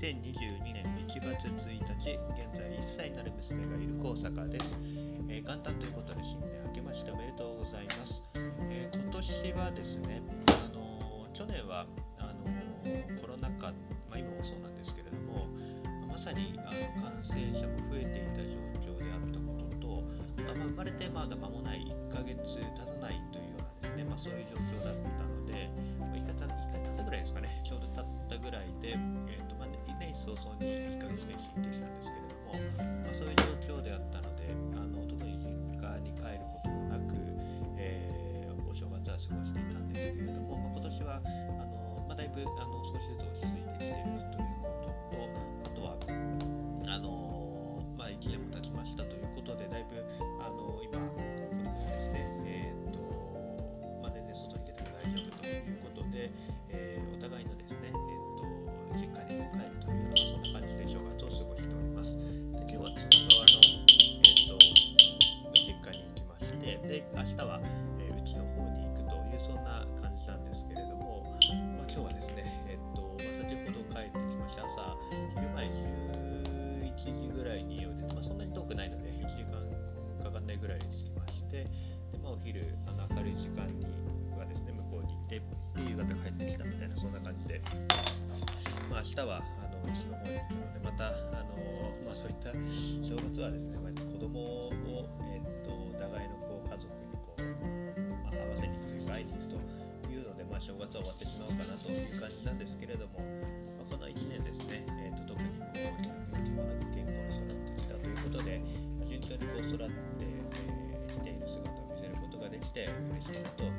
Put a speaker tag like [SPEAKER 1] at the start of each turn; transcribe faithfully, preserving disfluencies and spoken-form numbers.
[SPEAKER 1] せんにじゅうにねんいちがつついたち、現在いっさいになる娘がいる高坂です。えー、元旦ということで新年明けましておめでとうございます。えー、今年はですね、あのー、去年はあのー、コロナ禍、まあ、今もそうなんですけれども、まさにあの感染者も増えていた状況であったことと、あとはまあ生まれてまだ間もないいっかげつ経たないというようなですね、まあ、そういう状況だったので、まあ、いっかげつ経ったぐらいですかね、ちょうど経ったぐらいで、えーとまあ、年始早々にいっかげつ検診でしたんですけれども、まあ、そういう状況であったので、あの特に実家に帰ることもなく、えー、お正月は過ごしていたんですけれども、まあ、今年はあの、まあ、だいぶあの少しずつ落ち着いてきているということと、あとはあの、まあ、いちねんも経ちましたということで、だいぶあの今、子供もですね、えーとまあ、全然外に出ても大丈夫ということで、えー、お互いのですね、えー、と実家に帰るというような、そんな感じで正月を過ごしております。で今日は妻側の、えー、と実家に行きまして、で明日は、えー、うちの方に行くというそんな感じなんですけれども、まあ、今日はですね、えーとまあ、先ほど帰ってきまして、朝昼前じゅういちじぐらいに家を出て、まあ、そんなに遠くないのでいちじかんかかんないぐらいで着きまして、で、まあ、お昼あの明るい時間にはですね、向こうに行って夕方帰ってきたみたいな、そんな感じで、まあ、明日はあのうちの方に行くので、またあの、まあ、そういった正月はですね、まあ、子供を、えー、とお互いのこう家族にこう、まあ、合わせに行くというか会いに行くというので、まあ、正月は終わってしまうかなという感じなんですけれども、まあ、このいちねんですね、えー、と特にこう大きな病気もなく健康に育ってきたということで、順調にこう育ってき、えー、ている姿を見せることができて嬉しいのと、